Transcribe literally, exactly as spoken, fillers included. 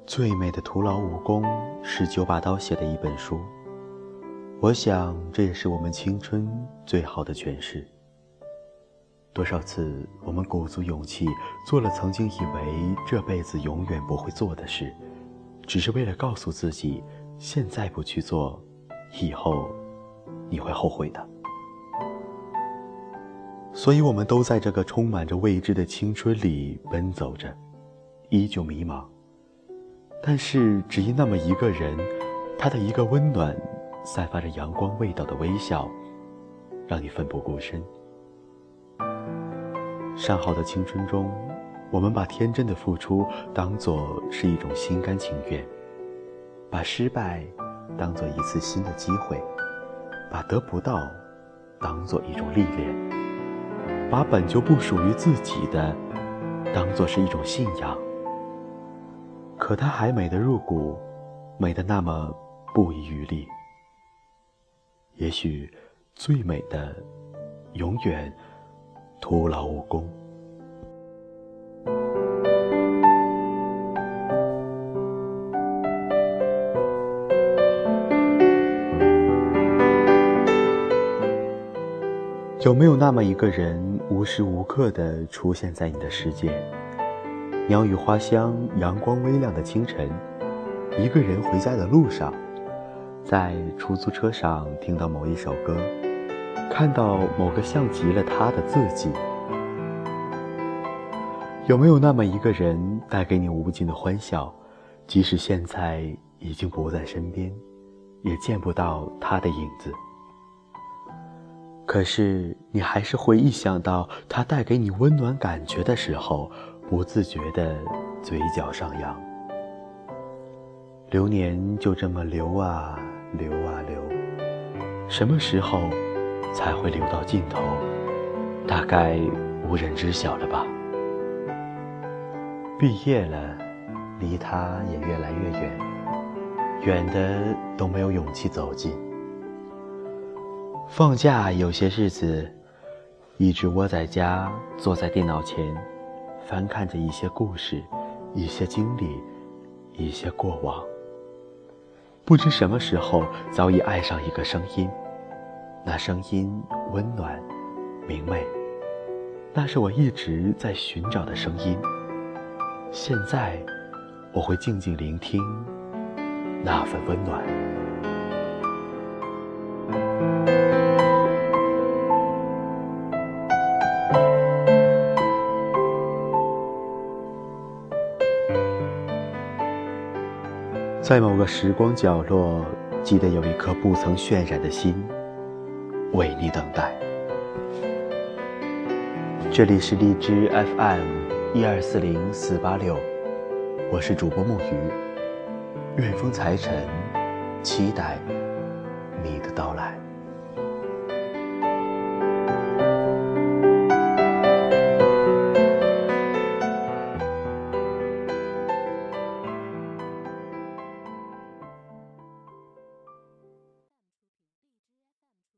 最美的徒劳无功是九把刀写的一本书，我想这也是我们青春最好的诠释。多少次我们鼓足勇气做了曾经以为这辈子永远不会做的事，只是为了告诉自己，现在不去做，以后你会后悔的。所以我们都在这个充满着未知的青春里奔走着，依旧迷茫。但是只因那么一个人，他的一个温暖，散发着阳光味道的微笑，让你奋不顾身。尚好的青春中，我们把天真的付出当作是一种心甘情愿，把失败当作一次新的机会，把得不到当作一种历练，把本就不属于自己的当作是一种信仰。可它还美得入骨，美得那么不遗余力。也许最美的永远徒劳无功。有没有那么一个人无时无刻地出现在你的世界？鸟语花香，阳光微亮的清晨，一个人回家的路上，在出租车上听到某一首歌，看到某个像极了他的自己。有没有那么一个人带给你无尽的欢笑，即使现在已经不在身边，也见不到他的影子，可是你还是会一想到他带给你温暖感觉的时候，不自觉地嘴角上扬。流年就这么流啊流啊流，什么时候才会流到尽头，大概无人知晓了吧。毕业了，离他也越来越远，远的都没有勇气走近。放假有些日子，一直窝在家，坐在电脑前，翻看着一些故事，一些经历，一些过往。不知什么时候早已爱上一个声音，那声音温暖明媚，那是我一直在寻找的声音。现在我会静静聆听那份温暖。在某个时光角落，记得有一颗不曾渲染的心，为你等待。这里是荔枝 F M 一二四零四八六，我是主播木鱼，愿风财神，期待你的到来。